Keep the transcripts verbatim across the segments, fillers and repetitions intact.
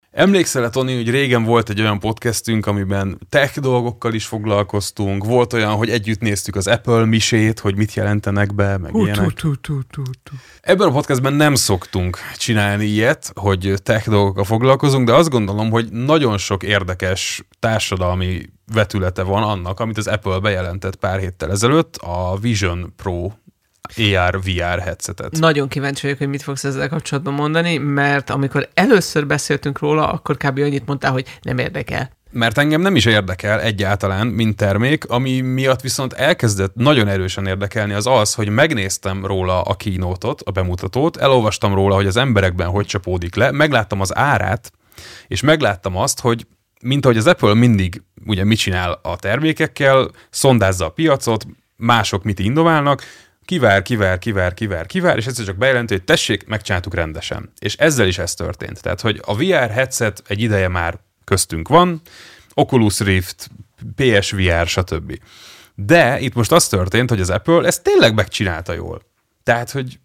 Emlékszel, Toni, hogy régen volt egy olyan podcastünk, amiben tech dolgokkal is foglalkoztunk, volt olyan, hogy együtt néztük az Apple misét, hogy mit jelentenek be, meg hú, ilyenek. Tú, tú, tú, tú. Ebben a podcastben nem szoktunk csinálni ilyet, hogy tech dolgokkal foglalkozunk, de azt gondolom, hogy nagyon sok érdekes társadalmi vetülete van annak, amit az Apple bejelentett pár héttel ezelőtt, a Vision Pro á er vé er headsetet. Nagyon kíváncsi vagyok, hogy mit fogsz ezzel kapcsolatban mondani, mert amikor először beszéltünk róla, akkor kb. Annyit mondtál, hogy nem érdekel. Mert engem nem is érdekel egyáltalán, mint termék, ami miatt viszont elkezdett nagyon erősen érdekelni az az, hogy megnéztem róla a keynote-ot, a bemutatót, elolvastam róla, hogy az emberekben hogy csapódik le, megláttam az árát, és megláttam azt, hogy mint ahogy az Apple mindig ugye mit csinál a termékekkel, szondázza a piacot, mások mit innoválnak, kivár, kivár, kivár, kivár, kivár, és egyszer csak bejelenti, hogy tessék, megcsináltuk rendesen. És ezzel is ez történt. Tehát, hogy a vé er headset egy ideje már köztünk van, Oculus Rift, pé es vé er, stb. De itt most az történt, hogy az Apple ezt tényleg megcsinálta jól. Tehát, hogy...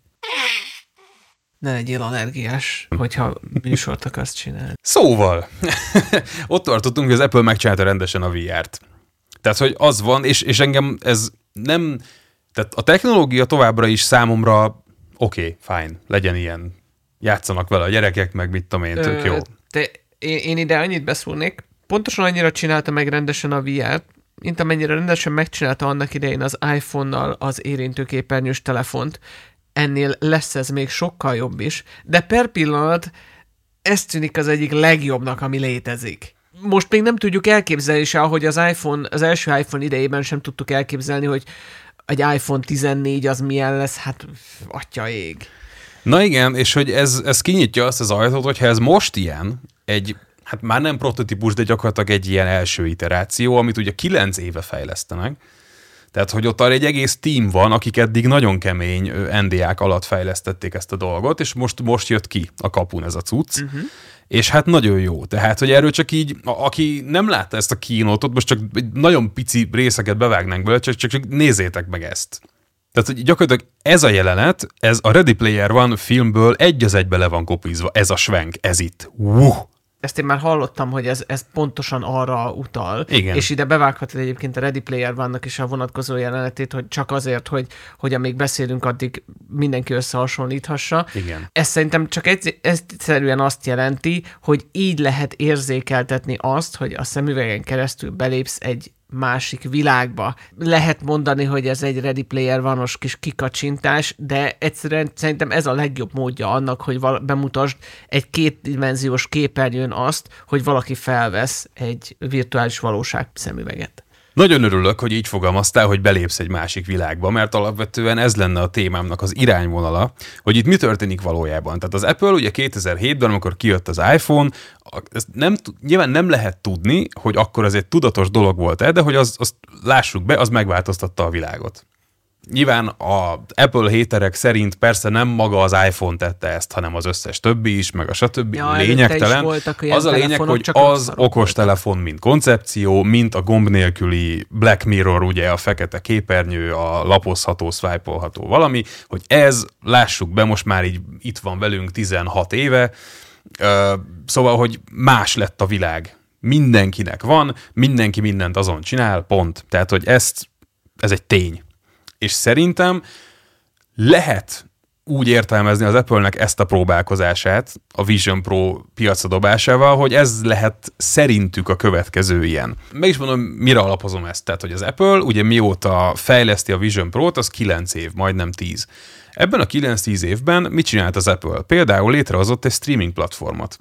Ne legyél allergiás, hogyha műsort akarsz csinálni. Szóval, ott tartottunk, hogy az Apple megcsinálta rendesen a vé er-t. Tehát, hogy az van, és, és engem ez nem... Tehát a technológia továbbra is számomra oké, okay, fine, legyen ilyen. Játszanak vele a gyerekek, meg mit tudom én, tök jó. Te, én, én ide annyit beszúrnék, pontosan annyira csinálta meg rendesen a vé er-t, mint amennyire rendesen megcsinálta annak idején az iPhone-nal az érintőképernyős telefont. Ennél lesz ez még sokkal jobb is, de per pillanat ez tűnik az egyik legjobbnak, ami létezik. Most még nem tudjuk elképzelni se, ahogy az iPhone, az első iPhone idejében sem tudtuk elképzelni, hogy egy iPhone tizennégy az milyen lesz, hát atya ég. Na igen, és hogy ez, ez kinyitja azt az ajtót, hogyha ez most ilyen, egy, hát már nem prototípus, de gyakorlatilag egy ilyen első iteráció, amit ugye kilenc éve fejlesztenek, tehát hogy ott arra egy egész team van, akik eddig nagyon kemény en dé á-k alatt fejlesztették ezt a dolgot, és most, most jött ki a kapun ez a cucc, uh-huh. És hát nagyon jó. Tehát, hogy erről csak így, aki nem látta ezt a keynote-ot, most csak nagyon pici részeket bevágnánk bele, csak, csak, csak nézzétek meg ezt. Tehát, hogy gyakorlatilag ez a jelenet, ez a Ready Player One filmből egy az egybe le van kopízva, ez a svenk, ez itt. Uh. Ezt én már hallottam, hogy ez, ez pontosan arra utal. Igen. És ide bevághatod egyébként a Ready Player One-nak is a vonatkozó jelenetét, hogy csak azért, hogy, hogy amíg beszélünk, addig mindenki összehasonlíthassa. Igen. Ez szerintem csak egy, egyszerűen azt jelenti, hogy így lehet érzékeltetni azt, hogy a szemüvegen keresztül belépsz egy másik világba. Lehet mondani, hogy ez egy Ready Player One-os kis kikacsintás, de egyszerűen szerintem ez a legjobb módja annak, hogy val- bemutasd egy kétdimenziós képernyőn azt, hogy valaki felvesz egy virtuális valóság szemüveget. Nagyon örülök, hogy így fogalmaztál, hogy belépsz egy másik világba, mert alapvetően ez lenne a témámnak az irányvonala, hogy itt mi történik valójában. Tehát az Apple ugye kétezer-hétben, amikor kijött az iPhone, ezt nem, nyilván nem lehet tudni, hogy akkor ez egy tudatos dolog volt-e, de hogy az, azt lássuk be, az megváltoztatta a világot. Nyilván az Apple haterek szerint persze nem maga az iPhone tette ezt, hanem az összes többi is, meg a stb. Ja, lényegtelen. Az a lényeg, hogy az okostelefon, mint koncepció, mint a gomb nélküli Black Mirror, ugye a fekete képernyő, a lapozható, swipe-olható valami, hogy ez, lássuk be, most már így itt van velünk tizenhat éve, szóval, hogy más lett a világ. Mindenkinek van, mindenki mindent azon csinál, pont. Tehát, hogy ezt, ez egy tény. És szerintem lehet úgy értelmezni az Apple-nek ezt a próbálkozását a Vision Pro piacra dobásával, hogy ez lehet szerintük a következő ilyen. Meg is mondom, mire alapozom ezt. Tehát, hogy az Apple ugye mióta fejleszti a Vision Pro-t, az kilenc év, majdnem tíz. Ebben a kilenc-tíz évben mit csinált az Apple? Például létrehozott egy streaming platformot.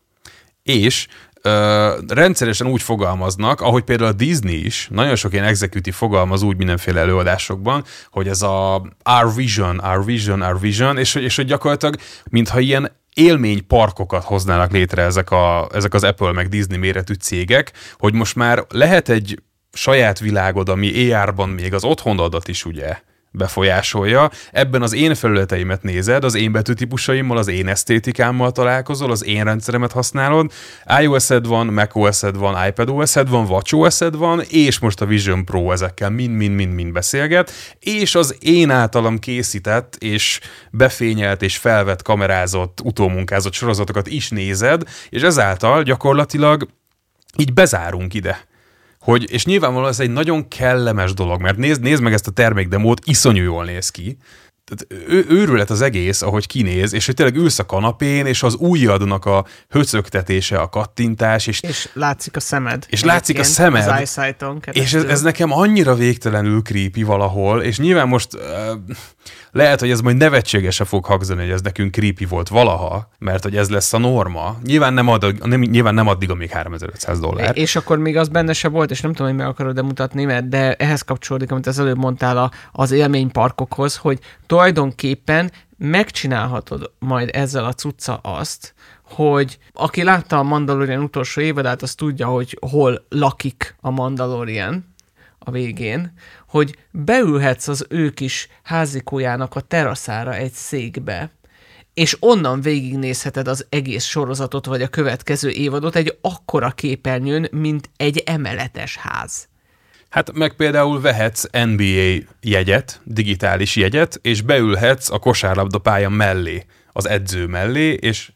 És ö, rendszeresen úgy fogalmaznak, ahogy például a Disney is, nagyon sok ilyen executive fogalmaz úgy mindenféle előadásokban, hogy ez a Our Vision, Our Vision, Our Vision, és, és hogy gyakorlatilag, mintha ilyen élményparkokat hoznának létre ezek, a, ezek az Apple meg Disney méretű cégek, hogy most már lehet egy saját világod, ami á er-ban még az otthonodat is ugye befolyásolja. Ebben az én felületeimet nézed, az én betűtípusaimmal, az én esztétikámmal találkozol, az én rendszeremet használod, iOS-ed van, macOS-ed van, iPadOS-ed van, watchOS-ed van, és most a Vision Pro ezekkel mind-mind-mind beszélget, és az én általam készített és befényelt és felvett, kamerázott, utómunkázott sorozatokat is nézed, és ezáltal gyakorlatilag így bezárunk ide. Hogy, és nyilvánvalóan ez egy nagyon kellemes dolog, mert nézd, nézd meg ezt a termékdemót, iszonyú jól néz ki. Tehát ő, őrület az egész, ahogy kinéz, és hogy tényleg ülsz a kanapén, és az ujjadnak a höcögtetése, a kattintás, és, és látszik a szemed. És látszik a szemed. Az eyesight-on és ez, ez nekem annyira végtelenül creepy valahol, és nyilván most uh, lehet, hogy ez majd nevetségesen fog hangzani, hogy ez nekünk creepy volt valaha, mert hogy ez lesz a norma. Nyilván nem, addig, nem, nyilván nem addig, amíg háromezer-ötszáz dollár. És akkor még az benne se volt, és nem tudom, hogy meg akarod-e mutatni, mert de ehhez kapcsolódik, amit az előbb mondtál a, az élményparkokhoz, hogy tulajdonképpen megcsinálhatod majd ezzel a cucca azt, hogy aki látta a Mandalorian utolsó évadát, az tudja, hogy hol lakik a Mandalorian a végén, hogy beülhetsz az ő kis házikójának a teraszára egy székbe, és onnan végignézheted az egész sorozatot, vagy a következő évadot egy akkora képernyőn, mint egy emeletes ház. Hát meg például vehetsz en bé á jegyet, digitális jegyet, és beülhetsz a kosárlabdapálya mellé, az edző mellé, és,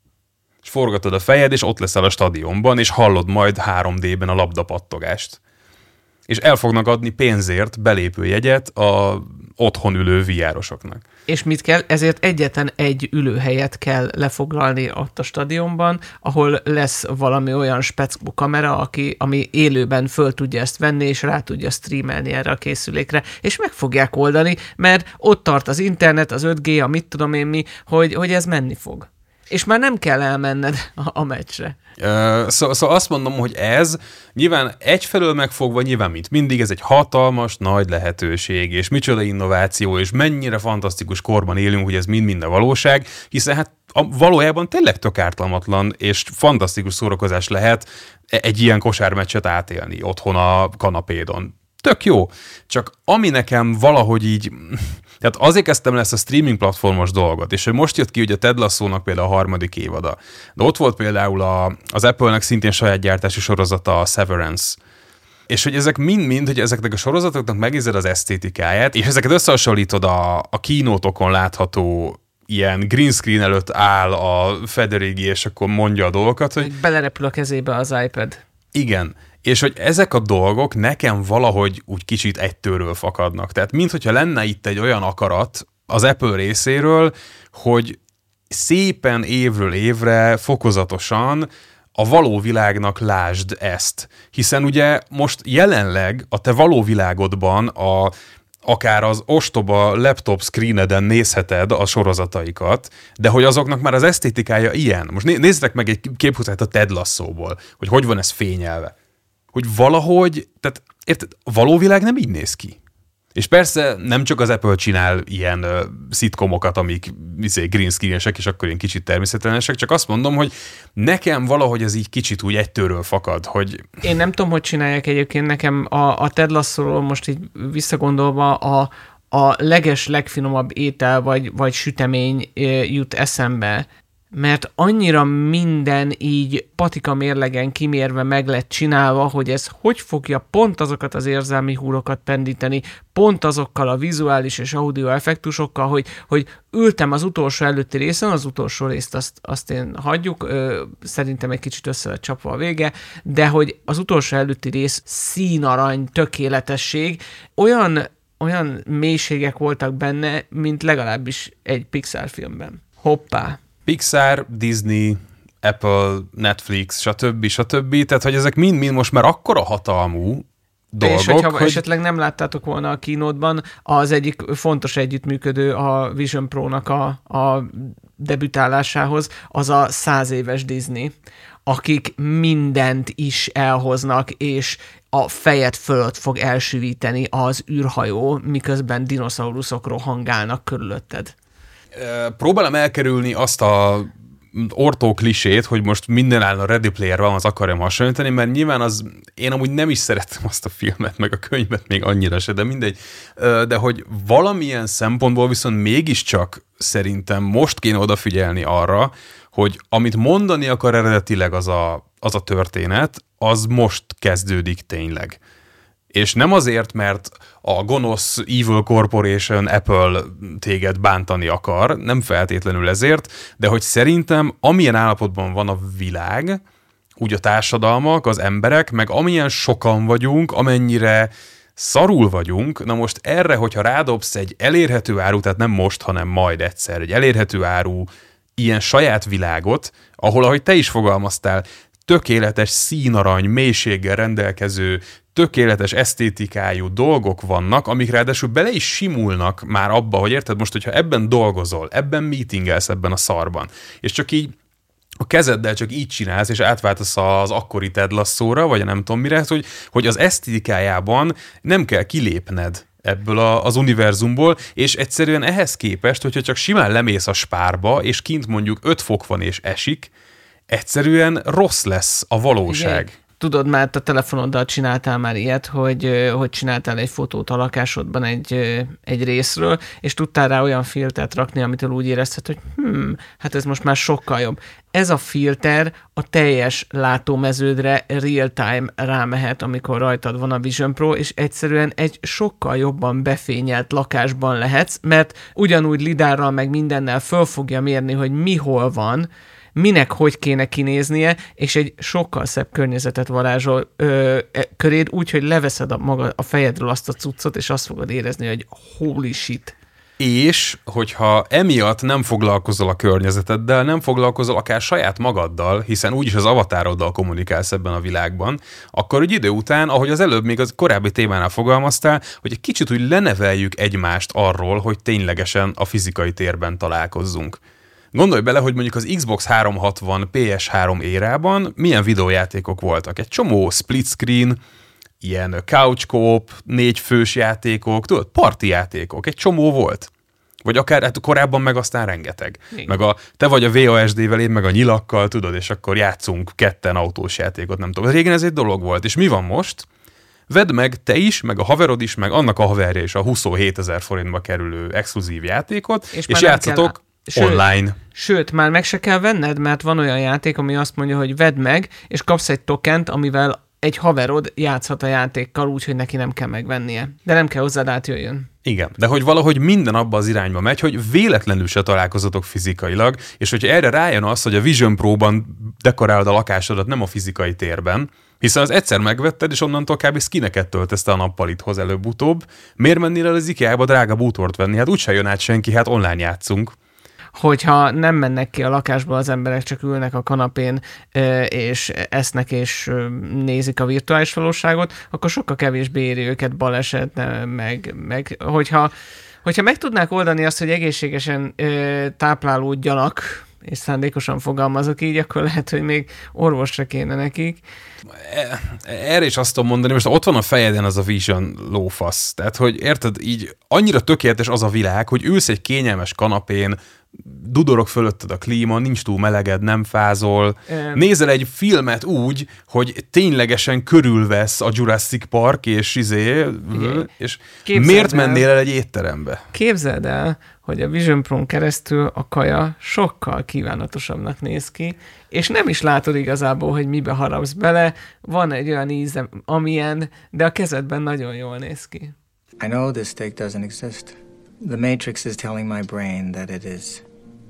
és forgatod a fejed, és ott leszel a stadionban, és hallod majd három dében a labdapattogást. És el fognak adni pénzért belépő jegyet a otthon ülő vé er-osoknak. És mit kell? Ezért egyetlen egy ülőhelyet kell lefoglalni ott a stadionban, ahol lesz valami olyan speckú kamera, aki, ami élőben föl tudja ezt venni, és rá tudja streamelni erre a készülékre, és meg fogják oldani, mert ott tart az internet, az öt gé, a mit tudom én mi, hogy, hogy ez menni fog. És már nem kell elmenned a, a meccsre. Uh, Szóval szó azt mondom, hogy ez nyilván egyfelől megfogva, nyilván mint mindig, ez egy hatalmas, nagy lehetőség, és micsoda innováció, és mennyire fantasztikus korban élünk, hogy ez mind-mind a valóság, hiszen hát a, valójában tényleg tök ártalmatlan, és fantasztikus szórakozás lehet egy ilyen kosármeccset átélni otthon a kanapédon. Tök jó. Csak ami nekem valahogy így... Tehát azért kezdtem le ezt a streaming platformos dolgot, és hogy most jött ki ugye Ted Lasso-nak például a harmadik évada. De ott volt például a, az Apple-nek szintén saját gyártási sorozata, a Severance. És hogy ezek mind-mind, hogy ezeknek a sorozatoknak megnézed az esztétikáját, és ezeket összehasonlítod a, a kínótokon látható ilyen green screen előtt áll a Federighi, és akkor mondja a dolgokat, hogy... Belerepül a kezébe az iPad. Igen. És hogy ezek a dolgok nekem valahogy úgy kicsit egytőről fakadnak. Tehát minthogyha lenne itt egy olyan akarat az Apple részéről, hogy szépen évről évre fokozatosan a való világnak lásd ezt. Hiszen ugye most jelenleg a te való világodban a akár az ostoba laptop screeneden nézheted a sorozataikat, de hogy azoknak már az esztétikája ilyen. Most nézzétek meg egy képhuszát a Ted Lasso-ból, hogy hogy van ez fényelve. Hogy valahogy, tehát érted, a való világ nem így néz ki. És persze nem csak az Apple csinál ilyen uh, szitkomokat, amik izé, green screen-esek, és akkor ilyen kicsit természetlenesek, csak azt mondom, hogy nekem valahogy ez így kicsit úgy egytőről fakad, hogy... Én nem tudom, hogy csinálják egyébként, nekem a, a Ted Lasso-ról most így visszagondolva a, a leges, legfinomabb étel vagy, vagy sütemény jut eszembe, mert annyira minden így patika mérlegen kimérve meg lett csinálva, hogy ez hogy fogja pont azokat az érzelmi húrokat pendíteni, pont azokkal a vizuális és audio effektusokkal, hogy, hogy ültem az utolsó előtti részen, az utolsó részt azt, azt én hagyjuk, ö, szerintem egy kicsit össze lett csapva a vége, de hogy az utolsó előtti rész színarany, tökéletesség, olyan, olyan mélységek voltak benne, mint legalábbis egy Pixar filmben. Hoppá! Pixar, Disney, Apple, Netflix, stb. stb. Tehát, hogy ezek mind-mind most már akkora hatalmú dolgok, és hogyha hogy... esetleg nem láttátok volna a kínótban, az egyik fontos együttműködő a Vision Pro-nak a, a debütálásához, az a száz éves Disney, akik mindent is elhoznak, és a fejed fölött fog elsüvíteni az űrhajó, miközben dinoszauruszok rohangálnak körülötted. Próbálom elkerülni azt a ortó klisét, hogy most minden állna Ready Player One, az akarjam hasonlítani, mert nyilván az, én amúgy nem is szerettem azt a filmet, meg a könyvet még annyira se, de mindegy, de hogy valamilyen szempontból viszont mégiscsak szerintem most kéne odafigyelni arra, hogy amit mondani akar eredetileg az a, az a történet, az most kezdődik tényleg. És nem azért, mert a gonosz Evil Corporation Apple téged bántani akar, nem feltétlenül ezért, de hogy szerintem amilyen állapotban van a világ, úgy a társadalmak, az emberek, meg amilyen sokan vagyunk, amennyire szarul vagyunk, na most erre, hogyha rádobsz egy elérhető áru, tehát nem most, hanem majd egyszer, egy elérhető áru ilyen saját világot, ahol, ahogy te is fogalmaztál, tökéletes színarany, mélységgel rendelkező, tökéletes esztétikájú dolgok vannak, amik ráadásul bele is simulnak már abba, hogy érted most, hogyha ebben dolgozol, ebben meetingelsz ebben a szarban, és csak így a kezeddel csak így csinálsz, és átváltasz az akkori Ted Lasso-ra, vagy nem tudom mire, hogy, hogy az esztétikájában nem kell kilépned ebből a, az univerzumból, és egyszerűen ehhez képest, hogyha csak simán lemész a spárba, és kint mondjuk öt fok van és esik, egyszerűen rossz lesz a valóság. Igen. Tudod, már a telefonoddal csináltál már ilyet, hogy, hogy csináltál egy fotót a lakásodban egy, egy részről, és tudtál rá olyan filtert rakni, amitől úgy érezted, hogy hm, hát ez most már sokkal jobb. Ez a filter a teljes látómeződre real-time rámehet, amikor rajtad van a Vision Pro, és egyszerűen egy sokkal jobban befényelt lakásban lehetsz, mert ugyanúgy lidárral meg mindennel föl fogja mérni, hogy mi hol van, minek hogy kéne kinéznie, és egy sokkal szebb környezetet varázsol ö, köréd, úgy, hogy leveszed a, maga, a fejedről azt a cuccot, és azt fogod érezni, hogy holy shit. És, hogyha emiatt nem foglalkozol a környezeteddel, nem foglalkozol akár saját magaddal, hiszen úgyis az avatároddal kommunikálsz ebben a világban, akkor egy idő után, ahogy az előbb még az korábbi témánál fogalmaztál, hogy egy kicsit úgy leneveljük egymást arról, hogy ténylegesen a fizikai térben találkozzunk. Gondolj bele, hogy mondjuk az Xbox háromszázhatvan pé es három érában milyen videójátékok voltak. Egy csomó split screen, ilyen couch co-op, négy fős játékok, tudod, parti játékok, egy csomó volt. Vagy akár hát korábban meg aztán rengeteg. Igen. Meg a, te vagy a vé á es dé-vel, én meg a nyilakkal, tudod, és akkor játszunk ketten autós játékot, nem tudom. Régen ez egy dolog volt. És mi van most? Vedd meg te is, meg a haverod is, meg annak a haverja is a huszonhétezer forintba kerülő exkluzív játékot, és, és játszatok Sőt, online. Sőt, már meg se kell venned, mert van olyan játék, ami azt mondja, hogy vedd meg, és kapsz egy tokent, amivel egy haverod játszhat a játékkal úgy, hogy neki nem kell megvennie. De nem kell hozzád átjöjjön. Igen, de hogy valahogy minden abba az irányba megy, hogy véletlenül se találkozatok fizikailag, és hogyha erre rájön az, hogy a Vision Pro-ban dekorálod a lakásodat, nem a fizikai térben, hiszen az egyszer megvetted, és onnantól kb. Skineket töltesz te a nappalithoz előbb-utóbb. Miért mennél el az IKEA-ba drága bútort venni? Hát úgyse jön át senki, hát online játszunk. Hogyha nem mennek ki a lakásba az emberek, csak ülnek a kanapén, és esznek, és nézik a virtuális valóságot, akkor sokkal kevésbé éri őket baleset, meg, meg hogyha, hogyha meg tudnák oldani azt, hogy egészségesen táplálódjanak, és szándékosan fogalmazok így, akkor lehet, hogy még orvosra kéne nekik. Erre is azt tudom mondani, most ott van a fejeden az a Vision lófasz. Tehát, hogy érted, így annyira tökéletes az a világ, hogy ülsz egy kényelmes kanapén, dudorog fölötted a klíma, nincs túl meleged, nem fázol. Um, Nézel egy filmet úgy, hogy ténylegesen körülvesz a Jurassic Park, és izé, és képzeld miért el, mennél el egy étterembe? Képzeld el, hogy a Vision Pro-n keresztül a kaja sokkal kívánatosabbnak néz ki, és nem is látod igazából, hogy mibe harapsz bele, van egy olyan íze, amilyen, de a kezedben nagyon jól néz ki. I know this steak doesn't exist. The Matrix is telling my brain that it is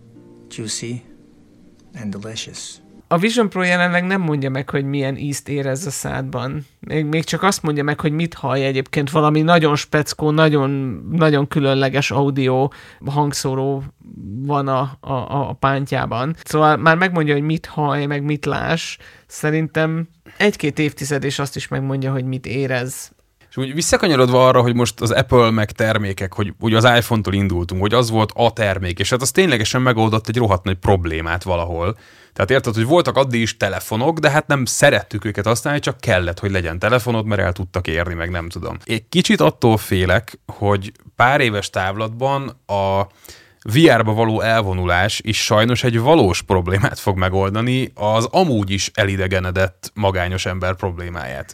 juicy and delicious. A Vision Pro jelenleg nem mondja meg, hogy milyen ízt érez a szádban. Még, még csak azt mondja meg, hogy mit hallj egyébként. Valami nagyon speckó, nagyon, nagyon különleges audio hangszóró van a, a, a pántjában. Szóval már megmondja, hogy mit hallj, meg mit láss. Szerintem egy-két évtized, és azt is megmondja, hogy mit érez. És úgy visszakanyarodva arra, hogy most az Apple meg termékek, hogy ugye az iPhone-tól indultunk, hogy az volt a termék, és hát az ténylegesen megoldott egy rohadt nagy problémát valahol. Tehát érted, hogy voltak addig is telefonok, de hát nem szerettük őket használni, csak kellett, hogy legyen telefonod, mert el tudtak érni, meg nem tudom. Egy kicsit attól félek, hogy pár éves távlatban a vé er-ba való elvonulás is sajnos egy valós problémát fog megoldani, az amúgy is elidegenedett magányos ember problémáját.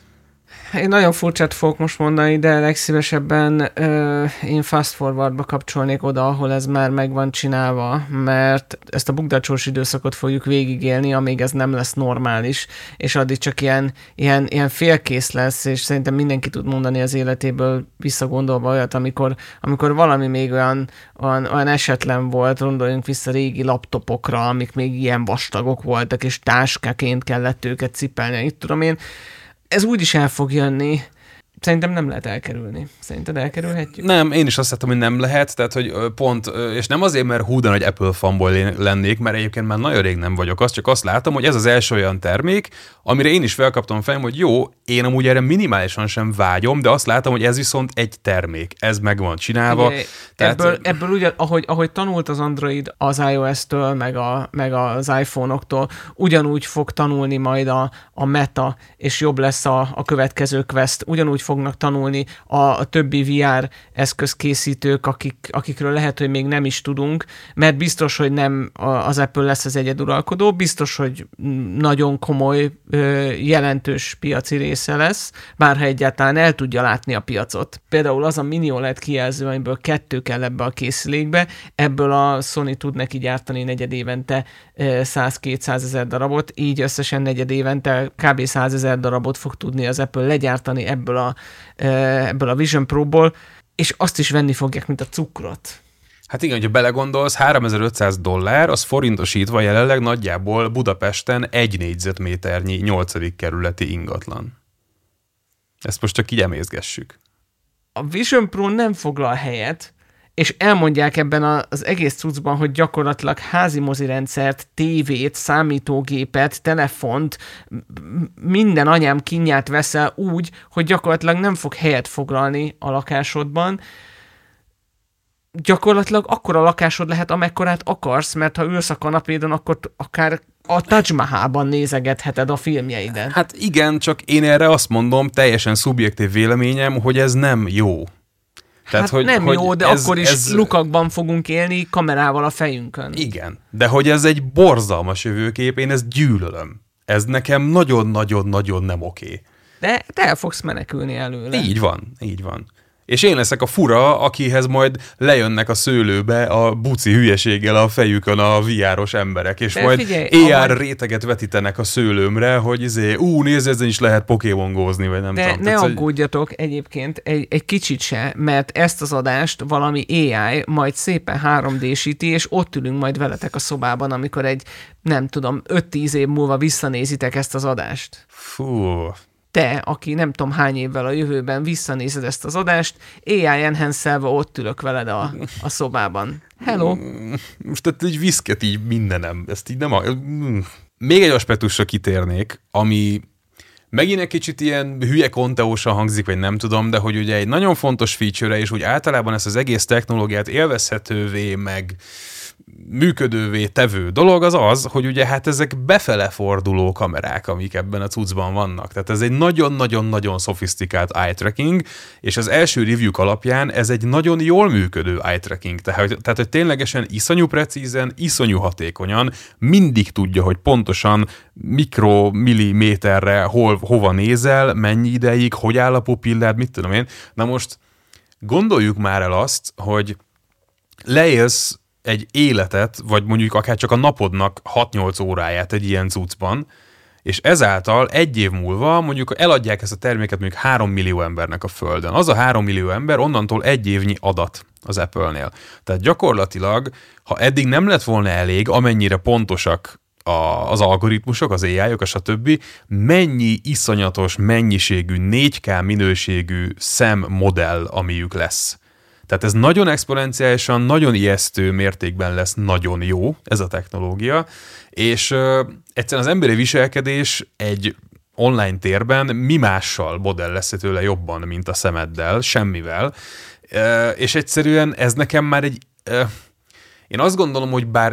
Én nagyon furcsát fogok most mondani, de legszívesebben ö, én fast forwardba kapcsolnék oda, ahol ez már meg van csinálva, mert ezt a bukdácsos időszakot fogjuk végigélni, amíg ez nem lesz normális, és addig csak ilyen, ilyen, ilyen félkész lesz, és szerintem mindenki tud mondani az életéből visszagondolva olyat, amikor, amikor valami még olyan, olyan, olyan esetlen volt, gondoljunk vissza régi laptopokra, amik még ilyen vastagok voltak, és táskáként kellett őket cipelni, itt tudom én. Ez úgy is el fog jönni. Szerintem nem lehet elkerülni. Szerinted elkerülhetjük? Nem, én is azt hittem, hogy nem lehet, tehát hogy pont, és nem azért, mert hú, de nagy Apple fanboy lennék, mert egyébként már nagyon rég nem vagyok az, csak azt látom, hogy ez az első olyan termék, amire én is felkaptam fejem, hogy jó, én amúgy erre minimálisan sem vágyom, de azt látom, hogy ez viszont egy termék. Ez meg van csinálva. Ugye, tehát... Ebből, ebből ugye, ahogy, ahogy tanult az Android az iOS-től, meg, a, meg az iPhone-októl, ugyanúgy fog tanulni majd a, a Meta, és jobb lesz a, a következő Quest, ugyanúgy fognak tanulni a, a többi vé er eszközkészítők, akik, akikről lehet, hogy még nem is tudunk, mert biztos, hogy nem az Apple lesz az egyeduralkodó, biztos, hogy nagyon komoly, jelentős piaci része lesz, bárha egyáltalán el tudja látni a piacot. Például az a mini o el e dé kijelző, amiből kettő kell ebbe a készülékbe, ebből a Sony tud neki gyártani negyed évente száz-kétszázezer darabot, így összesen negyed évente kb. százezer darabot fog tudni az Apple legyártani ebből a, ebből a Vision Pro-ból, és azt is venni fogják, mint a cukrot. Hát igen, hogyha belegondolsz, háromezer-ötszáz dollár, az forintosítva jelenleg nagyjából Budapesten egy négyzetméternyi nyolcadik kerületi ingatlan. Ezt most csak így emészgessük. A Vision Pro nem foglal helyet, és elmondják ebben az egész cuccban, hogy gyakorlatilag házi mozirendszert, tévét, számítógépet, telefont, minden anyám kínját veszel úgy, hogy gyakorlatilag nem fog helyet foglalni a lakásodban. Gyakorlatilag akkora lakásod lehet, amekkorát akarsz, mert ha ülsz a kanapédon, akkor akár a Taj Mahalban nézegetheted a filmjeidet. Hát igen, csak én erre azt mondom, teljesen szubjektív véleményem, hogy ez nem jó. Tehát, hát hogy, nem hogy jó, de ez, akkor is ez... lukakban fogunk élni kamerával a fejünkön. Igen, de hogy ez egy borzalmas jövőkép, én ezt gyűlölöm. Ez nekem nagyon-nagyon-nagyon nem oké. De te el fogsz menekülni előle. Így van, így van. És én leszek a fura, akihez majd lejönnek a szőlőbe a buci hülyeséggel a fejükön a vé er-os emberek, és de majd figyelj, á er amely... réteget vetítenek a szőlőmre, hogy izé, ú, nézd, ezen is lehet pokémongózni, vagy nem de tudom. De ne aggódjatok hogy... egyébként egy, egy kicsit se, mert ezt az adást valami á i majd szépen három dé-síti, és ott ülünk majd veletek a szobában, amikor egy, nem tudom, öt-tíz év múlva visszanézitek ezt az adást. Fú... Te, aki nem tudom hány évvel a jövőben visszanézed ezt az adást, á i enhance-elve ott ülök veled a, a szobában. Hello! Most tehát így viszket így mindenem. Ezt így nem a... Még egy aspektusra kitérnék, ami megint egy kicsit ilyen hülye konteósan hangzik, vagy nem tudom, de hogy ugye egy nagyon fontos feature-e, és úgy általában ezt az egész technológiát élvezhetővé, meg működővé tevő dolog az az, hogy ugye hát ezek befele forduló kamerák, amik ebben a cuccban vannak. Tehát ez egy nagyon-nagyon-nagyon szofisztikált eye tracking, és az első review-k alapján ez egy nagyon jól működő eye tracking. Tehát, tehát hogy ténylegesen iszonyú precízen, iszonyú hatékonyan mindig tudja, hogy pontosan mikromilliméterre hol, hova nézel, mennyi ideig, hogy áll a pupillád, mit tudom én. Na most gondoljuk már el azt, hogy leélsz egy életet, vagy mondjuk akár csak a napodnak hat-nyolc óráját egy ilyen cuccban, és ezáltal egy év múlva mondjuk eladják ezt a terméket mondjuk három millió embernek a Földön. Az a három millió ember onnantól egy évnyi adat az Apple-nél. Tehát gyakorlatilag, ha eddig nem lett volna elég, amennyire pontosak a, az algoritmusok, az á i-ok, stb., mennyi iszonyatos mennyiségű négy ká minőségű szemmodell, amiük lesz. Tehát ez nagyon exponenciálisan, nagyon ijesztő mértékben lesz nagyon jó, ez a technológia, és uh, egyszerűen az emberi viselkedés egy online térben mi mással modellezhető tőle jobban, mint a szemeddel, semmivel, uh, és egyszerűen ez nekem már egy... Uh, én azt gondolom, hogy bár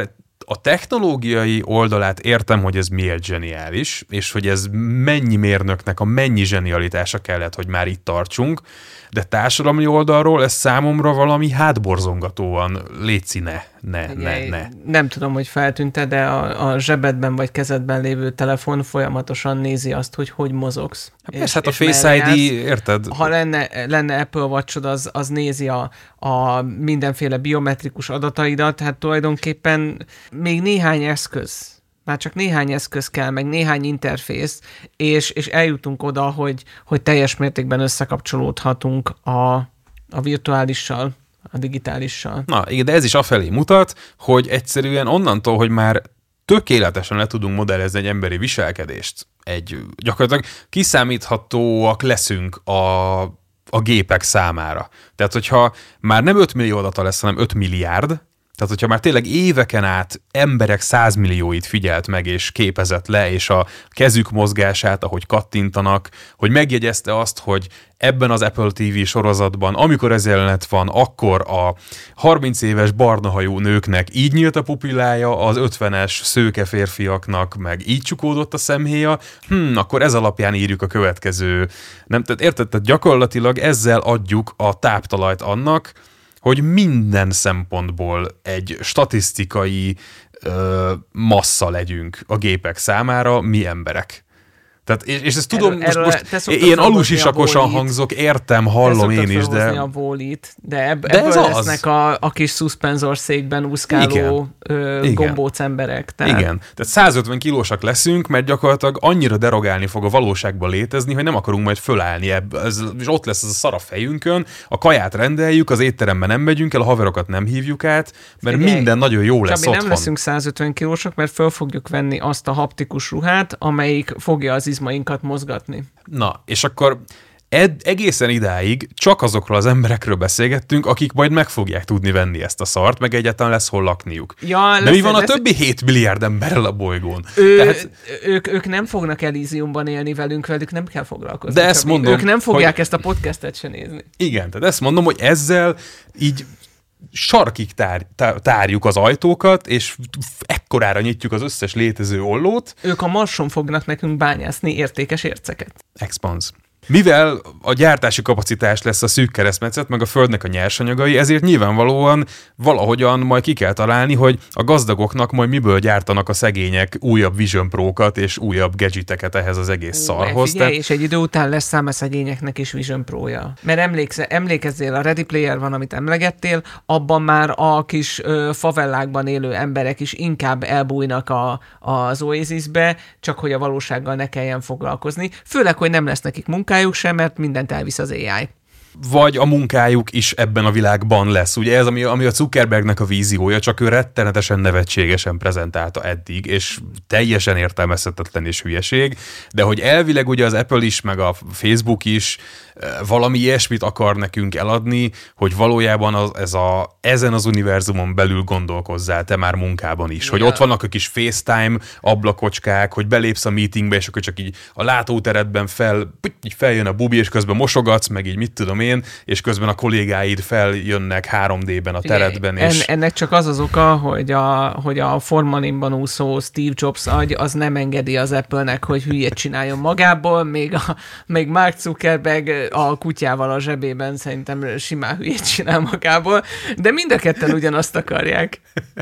a technológiai oldalát értem, hogy ez miért zseniális, és hogy ez mennyi mérnöknek a mennyi zsenialitása kellett, hogy már itt tartsunk, de társadalmi oldalról ez számomra valami hátborzongatóan léci ne, ne, ne, ne. Nem tudom, hogy feltűnte, de a, a zsebedben vagy kezedben lévő telefon folyamatosan nézi azt, hogy hogy mozogsz. Hát és, hát a Face i dé, érted? Ha lenne, lenne Apple Watch-od, az, az nézi a, a mindenféle biometrikus adataidat, hát tulajdonképpen még néhány eszköz, már csak néhány eszköz kell, meg néhány interfész, és, és eljutunk oda, hogy, hogy teljes mértékben összekapcsolódhatunk a, a virtuálissal, a digitálissal. Na, igen, de ez is afelé mutat, hogy egyszerűen onnantól, hogy már tökéletesen le tudunk modellezni egy emberi viselkedést, egy gyakorlatilag kiszámíthatóak leszünk a, a gépek számára. Tehát, hogyha már nem öt millió adata lesz, hanem öt milliárd, tehát, hogyha már tényleg éveken át emberek százmillióit figyelt meg, és képezett le, és a kezük mozgását, ahogy kattintanak, hogy megjegyezte azt, hogy ebben az Apple té vé sorozatban, amikor ez jelenet van, akkor a harminc éves barnahajú nőknek így nyílt a pupillája, az ötvenes szőke férfiaknak meg így csukódott a szemhéja, hm, akkor ez alapján írjuk a következő. Nem, tehát érted, tehát gyakorlatilag ezzel adjuk a táptalajt annak, hogy minden szempontból egy statisztikai ö, massza legyünk a gépek számára, mi emberek. Tehát, és, és ezt tudom, erről, most, most ilyen alusisakosan hangzok, értem, hallom én is, de... a Wall-it, de, ebb, de ebből lesznek a, a kis szuszpenzorszékben úszkáló ö, gombóc emberek. Tehát... Igen, tehát százötven kilósak leszünk, mert gyakorlatilag annyira derogálni fog a valóságban létezni, hogy nem akarunk majd fölállni ebből, ez, és ott lesz ez a szar a fejünkön, a kaját rendeljük, az étteremben nem megyünk el, a haverokat nem hívjuk át, mert Figyelj, minden nagyon jó lesz Csabi, otthon. Nem leszünk százötven kilósak, mert föl fogjuk venni azt a haptikus ruhát, amelyik fogja az izmainkat mozgatni. Na, és akkor ed, egészen idáig csak azokról az emberekről beszélgettünk, akik majd meg fogják tudni venni ezt a szart, meg egyáltalán lesz hol lakniuk. Ja, de mi van a lesz... többi hét milliárd emberrel a bolygón? Ő, Tehát... ők, ők nem fognak Elysiumban élni velünk, velük nem kell foglalkozni. De ezt mondom, ők nem fogják hogy... ezt a podcastet se nézni. Igen, tehát ezt mondom, hogy ezzel így sarkig tár, tár, tárjuk az ajtókat, és ekkorára nyitjuk az összes létező ollót. Ők a Marson fognak nekünk bányászni értékes érceket. Expans. Mivel a gyártási kapacitás lesz a szűk keresztmetszet, meg a Földnek a nyersanyagai, ezért nyilvánvalóan valahogyan majd ki kell találni, hogy a gazdagoknak majd miből gyártanak a szegények újabb Vision Pro-kat és újabb gadgeteket ehhez az egész Ú, szarhoz. Figyelj, tehát... és egy idő után lesz szám a szegényeknek is Vision Pro-ja. Mert emléksz, emlékezzél, a Ready Player van, amit emlegettél, abban már a kis ö, favellákban élő emberek is inkább elbújnak a, az Oasisbe, csak hogy a valósággal ne kelljen foglalkozni. Főleg, hogy nem lesz nekik munkájuk sem, mert mindent elvisz az á i. Vagy a munkájuk is ebben a világban lesz. Ugye ez, ami, ami a Zuckerbergnek a víziója, csak ő rettenetesen nevetségesen prezentálta eddig, és teljesen értelmezhetetlen és hülyeség, de hogy elvileg ugye az Apple is, meg a Facebook is valami ilyesmit akar nekünk eladni, hogy valójában az, ez a, ezen az univerzumon belül gondolkozzál te már munkában is. Ja. Hogy ott vannak a kis FaceTime ablakocskák, hogy belépsz a meetingbe, és akkor csak így a látóteredben fel, így feljön a bubi, és közben mosogatsz, meg így mit tudom én, és közben a kollégáid feljönnek három dé-ben a teredben. En, és... Ennek csak az az oka, hogy a, hogy a formalimban úszó Steve Jobs agy, az nem engedi az Apple-nek, hogy hülyét csináljon magából, még, a, még Mark Zuckerberg a kutyával a zsebében szerintem simán hülyét csinál magából, de mind a ketten ugyanazt akarják.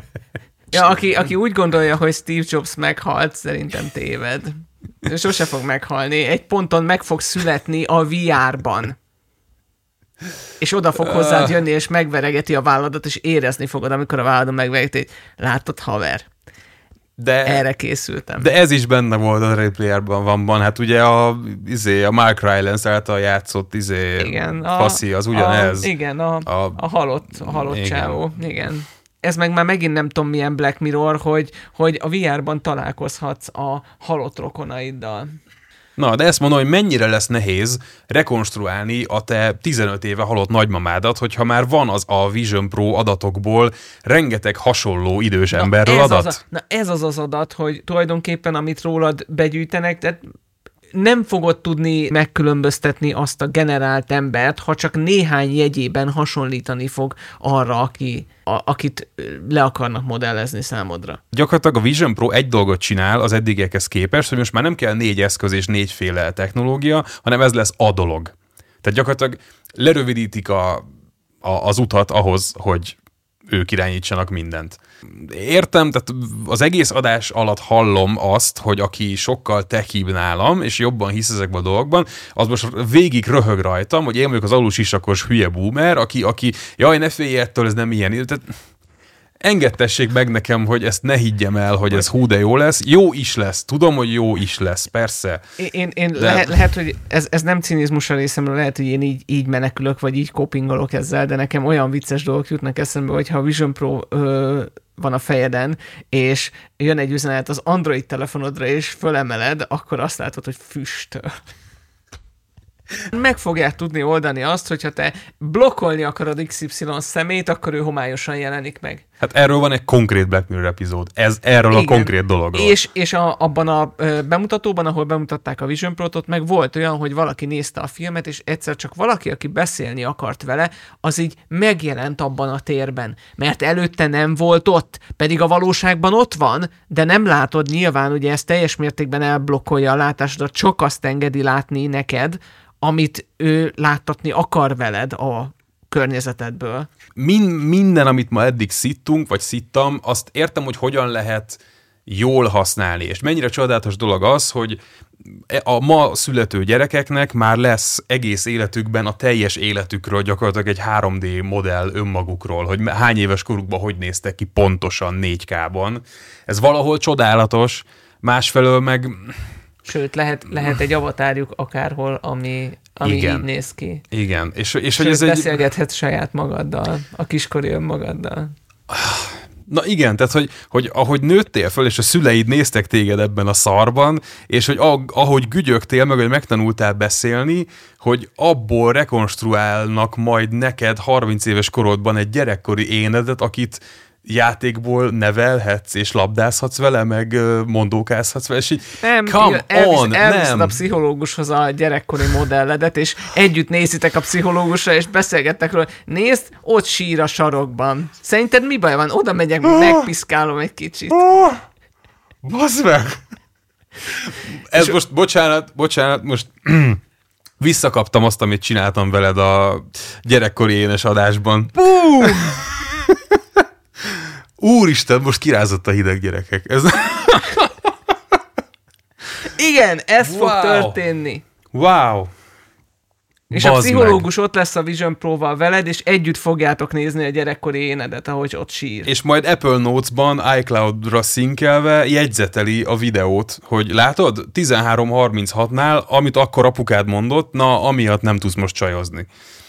Ja, aki, aki úgy gondolja, hogy Steve Jobs meghalt, szerintem téved. Sose fog meghalni. Egy ponton meg fog születni a vé er-ban. És oda fog hozzád jönni, és megveregeti a válladat, és érezni fogod, amikor a válladon megveregeti, hogy látod, haver. De, erre készültem. De ez is benne volt a Ready Player-ban van, van. Hát ugye a, izé, a Mark Rylance által játszott izé, igen, a, faszi, az ugyanez. A, igen, a, a, a halott, a halott igen. csávó. Igen. Ez meg már megint nem tudom milyen Black Mirror, hogy, hogy a vé er-ban találkozhatsz a halott rokonaiddal. Na, de ezt mondom, hogy mennyire lesz nehéz rekonstruálni a te tizenöt éve halott nagymamádat, hogyha már van az a Vision Pro adatokból rengeteg hasonló idős na, emberről ez adat. Az a, na ez az az adat, hogy tulajdonképpen amit rólad begyűjtenek, tehát nem fogod tudni megkülönböztetni azt a generált embert, ha csak néhány jegyében hasonlítani fog arra, aki, a, akit le akarnak modellezni számodra. Gyakorlatilag a Vision Pro egy dolgot csinál az eddigiekhez képest, hogy most már nem kell négy eszköz és négyféle technológia, hanem ez lesz a dolog. Tehát gyakorlatilag lerövidítik a, a, az utat ahhoz, hogy ők irányítsanak mindent. Értem, tehát az egész adás alatt hallom azt, hogy aki sokkal techibb nálam, és jobban hisz ezekben a dolgokban, az most végig röhög rajtam, hogy én vagyok az alusisakos hülye boomer, aki, aki jaj, ne félj ettől, ez nem ilyen. Tehát engedtessék meg nekem, hogy ezt ne higgyem el, hogy ez hú de jó lesz. Jó is lesz. Tudom, hogy jó is lesz, persze. Én, én de... lehet, lehet, hogy ez, ez nem cinizmus a részemről, lehet, hogy én így, így menekülök, vagy így copingolok ezzel, de nekem olyan vicces dolgok jutnak eszembe, hogyha a Vision Pro ö, van a fejeden, és jön egy üzenet az Android telefonodra, és fölemeled, akkor azt látod, hogy füstöl. Meg fogják tudni oldani azt, hogyha te blokkolni akarod iksz ipszilon szemét, akkor ő homályosan jelenik meg. Hát erről van egy konkrét Black Mirror epizód. Ez erről igen. A konkrét dologról. És, és a, abban a ö, bemutatóban, ahol bemutatták a Vision Pro-t, meg volt olyan, hogy valaki nézte a filmet, és egyszer csak valaki, aki beszélni akart vele, az így megjelent abban a térben. Mert előtte nem volt ott, pedig a valóságban ott van, de nem látod, nyilván ugye ez teljes mértékben elblokkolja a látásodat, csak azt engedi látni neked, amit ő láttatni akar veled a környezetedből. Min- minden, amit ma eddig szittunk, vagy szittam, azt értem, hogy hogyan lehet jól használni. És mennyire csodálatos dolog az, hogy a ma születő gyerekeknek már lesz egész életükben a teljes életükről gyakorlatilag egy három dé modell önmagukról, hogy hány éves korukban hogy néztek ki pontosan négy ká-ban. Ez valahol csodálatos, másfelől meg... Sőt, lehet, lehet egy avatárjuk akárhol, ami, ami így néz ki. Igen. És, és Sőt, hogy ez beszélgethet egy... saját magaddal, a kiskori önmagaddal. Na igen, tehát hogy, hogy ahogy nőttél föl, és a szüleid néztek téged ebben a szarban, és hogy ahogy gügyögtél, meg hogy megtanultál beszélni, hogy abból rekonstruálnak majd neked harminc éves korodban egy gyerekkori énedet, akit játékból nevelhetsz, és labdázhatsz vele, meg mondókázhatsz vele, és így nem, come elvisz, on, elviszed nem. a pszichológushoz a gyerekkori modelledet, és együtt nézitek a pszichológusra, és beszélgettek róla. Nézd, ott sír a sarokban. Szerinted mi baj van? Oda megyek, megpiszkálom egy kicsit. Baszd meg! Ez és most, bocsánat, bocsánat, most visszakaptam azt, amit csináltam veled a gyerekkori énes adásban. Bum! Úristen, most kirázott a hideg, gyerekek. Ez... Igen, ez wow. fog történni. Wow. És Bazd a pszichológus meg. Ott lesz a Vision Pro-val veled, és együtt fogjátok nézni a gyerekkori énedet, ahogy ott sír. És majd Apple Notes-ban iCloud-ra szinkelve jegyzeteli a videót, hogy látod, tizenhárom harminchatnál, amit akkor apukád mondott, na, amiatt nem tudsz most csajozni.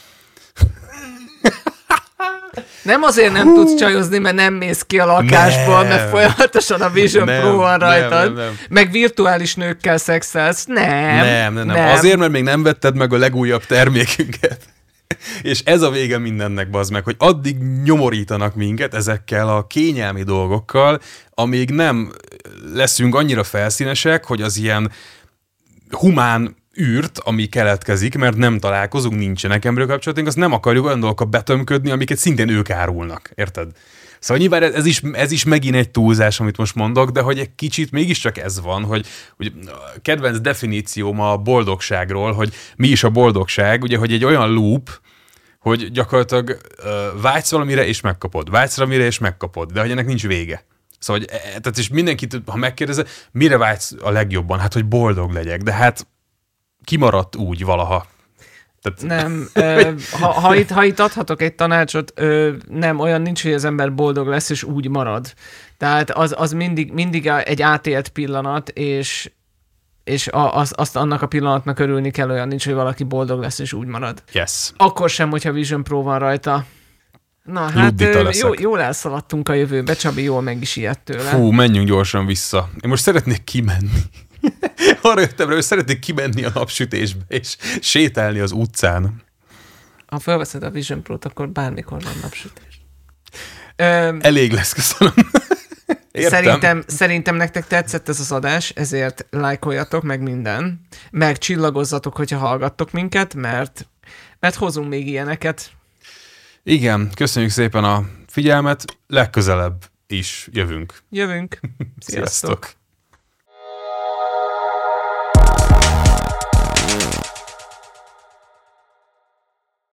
Nem azért nem Hú. tudsz csajozni, mert nem mész ki a lakásból, nem. mert folyamatosan a Vision nem, Pro van rajtad, nem, nem, nem. meg virtuális nőkkel szexelsz. Nem, nem, nem, nem. nem. Azért, mert még nem vetted meg a legújabb termékünket. És ez a vége mindennek, bazd meg, hogy addig nyomorítanak minket ezekkel a kényelmi dolgokkal, amíg nem leszünk annyira felszínesek, hogy az ilyen humán űrt, ami keletkezik, mert nem találkozunk, nincsenek embriókapcsolatunk, azt nem akarjuk olyan dolgokkal betömködni, amiket szintén ők árulnak, érted? Szóval nyilván ez is, ez is megint egy túlzás, amit most mondok, de hogy egy kicsit mégiscsak ez van, hogy, hogy kedvenc definícióm a boldogságról, hogy mi is a boldogság, ugye, hogy egy olyan loop, hogy gyakorlatilag uh, vágysz valamire, és megkapod, vágysz valamire, és megkapod, de hogy ennek nincs vége. Szóval, hogy, tehát és mindenkit, ha megkérdezed, mire vágysz a legjobban? Hát, hogy boldog legyek, de hát kimaradt úgy valaha. Tehát... Nem, ö, ha, ha, itt, ha itt adhatok egy tanácsot, ö, nem, olyan nincs, hogy az ember boldog lesz, és úgy marad. Tehát az, az mindig, mindig egy átélt pillanat, és, és a, az, azt annak a pillanatnak örülni kell, olyan nincs, hogy valaki boldog lesz, és úgy marad. Yes. Akkor sem, hogyha Vision Pro van rajta. Na, hát ö, jó, jól elszaladtunk a jövőbe, Csabi jól meg is ijedt tőle. Fú, menjünk gyorsan vissza. Én most szeretnék kimenni. Arra jöttem rá, hogy szeretnék kimenni a napsütésbe, és sétálni az utcán. Ha felveszed a Vision Pro-t, akkor bármikor van napsütés. Elég lesz, köszönöm. Szerintem, szerintem nektek tetszett ez az adás, ezért lájkoljatok meg minden, meg csillagozzatok, hogyha hallgattok minket, mert, mert hozunk még ilyeneket. Igen, köszönjük szépen a figyelmet, legközelebb is jövünk. Jövünk. Sziasztok! Sziasztok.